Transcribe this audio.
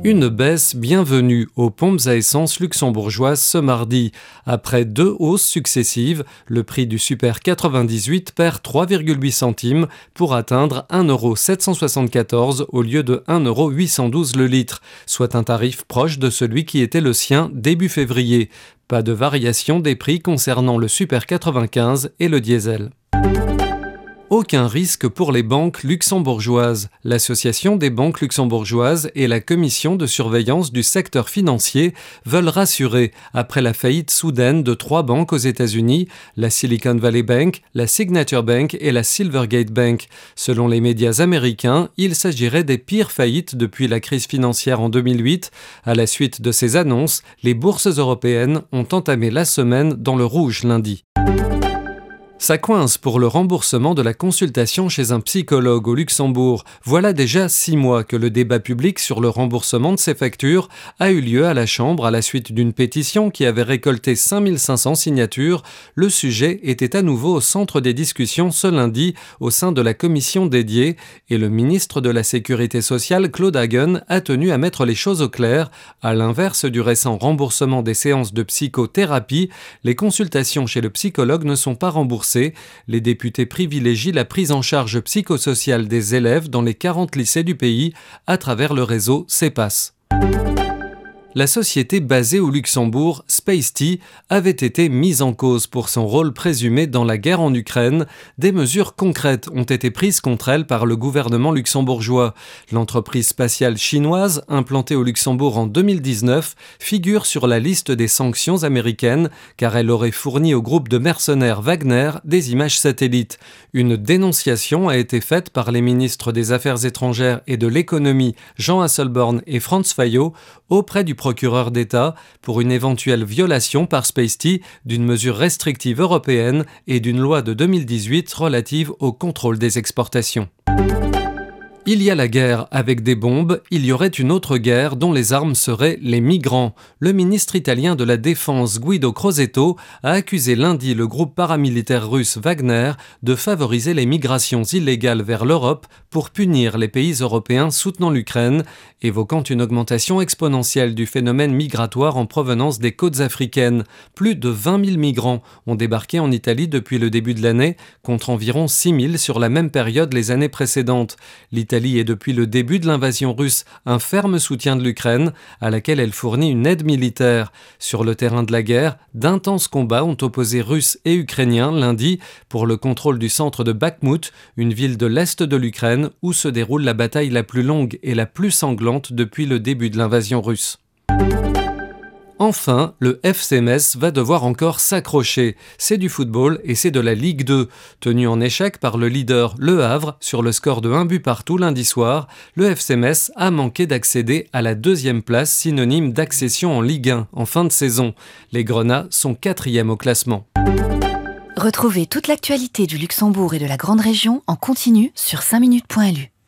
Une baisse bienvenue aux pompes à essence luxembourgeoises ce mardi. Après 2 hausses successives, le prix du Super 98 perd 3,8 centimes pour atteindre 1,774 € au lieu de 1,812 € le litre, soit un tarif proche de celui qui était le sien début février. Pas de variation des prix concernant le Super 95 et le diesel. Aucun risque pour les banques luxembourgeoises. L'Association des banques luxembourgeoises et la Commission de surveillance du secteur financier veulent rassurer après la faillite soudaine de 3 banques aux États-Unis, la Silicon Valley Bank, la Signature Bank et la Silvergate Bank. Selon les médias américains, il s'agirait des pires faillites depuis la crise financière en 2008. À la suite de ces annonces, les bourses européennes ont entamé la semaine dans le rouge lundi. Ça coince pour le remboursement de la consultation chez un psychologue au Luxembourg. Voilà déjà 6 mois que le débat public sur le remboursement de ces factures a eu lieu à la Chambre à la suite d'une pétition qui avait récolté 5500 signatures. Le sujet était à nouveau au centre des discussions ce lundi au sein de la commission dédiée et le ministre de la Sécurité sociale, Claude Hagen, a tenu à mettre les choses au clair. À l'inverse du récent remboursement des séances de psychothérapie, les consultations chez le psychologue ne sont pas remboursées. Les députés privilégient la prise en charge psychosociale des élèves dans les 40 lycées du pays à travers le réseau CEPAS. La société basée au Luxembourg, SpaceT, avait été mise en cause pour son rôle présumé dans la guerre en Ukraine. Des mesures concrètes ont été prises contre elle par le gouvernement luxembourgeois. L'entreprise spatiale chinoise, implantée au Luxembourg en 2019, figure sur la liste des sanctions américaines car elle aurait fourni au groupe de mercenaires Wagner des images satellites. Une dénonciation a été faite par les ministres des Affaires étrangères et de l'économie Jean Hasselborn et Franz Fayot auprès du procureur d'État pour une éventuelle violation par SpaceT d'une mesure restrictive européenne et d'une loi de 2018 relative au contrôle des exportations. Il y a la guerre avec des bombes, il y aurait une autre guerre dont les armes seraient les migrants. Le ministre italien de la Défense Guido Crosetto a accusé lundi le groupe paramilitaire russe Wagner de favoriser les migrations illégales vers l'Europe pour punir les pays européens soutenant l'Ukraine, évoquant une augmentation exponentielle du phénomène migratoire en provenance des côtes africaines. Plus de 20 000 migrants ont débarqué en Italie depuis le début de l'année, contre environ 6 000 sur la même période les années précédentes. L'Italie est depuis le début de l'invasion russe un ferme soutien de l'Ukraine, à laquelle elle fournit une aide militaire. Sur le terrain de la guerre, d'intenses combats ont opposé Russes et Ukrainiens lundi pour le contrôle du centre de Bakhmout, une ville de l'est de l'Ukraine où se déroule la bataille la plus longue et la plus sanglante depuis le début de l'invasion russe. Enfin, le FC Metz va devoir encore s'accrocher. C'est du football et c'est de la Ligue 2. Tenu en échec par le leader Le Havre sur le score de 1-1 lundi soir, le FC Metz a manqué d'accéder à la 2e place synonyme d'accession en Ligue 1 en fin de saison. Les Grenats sont 4e au classement. Retrouvez toute l'actualité du Luxembourg et de la Grande Région en continu sur 5minutes.lu.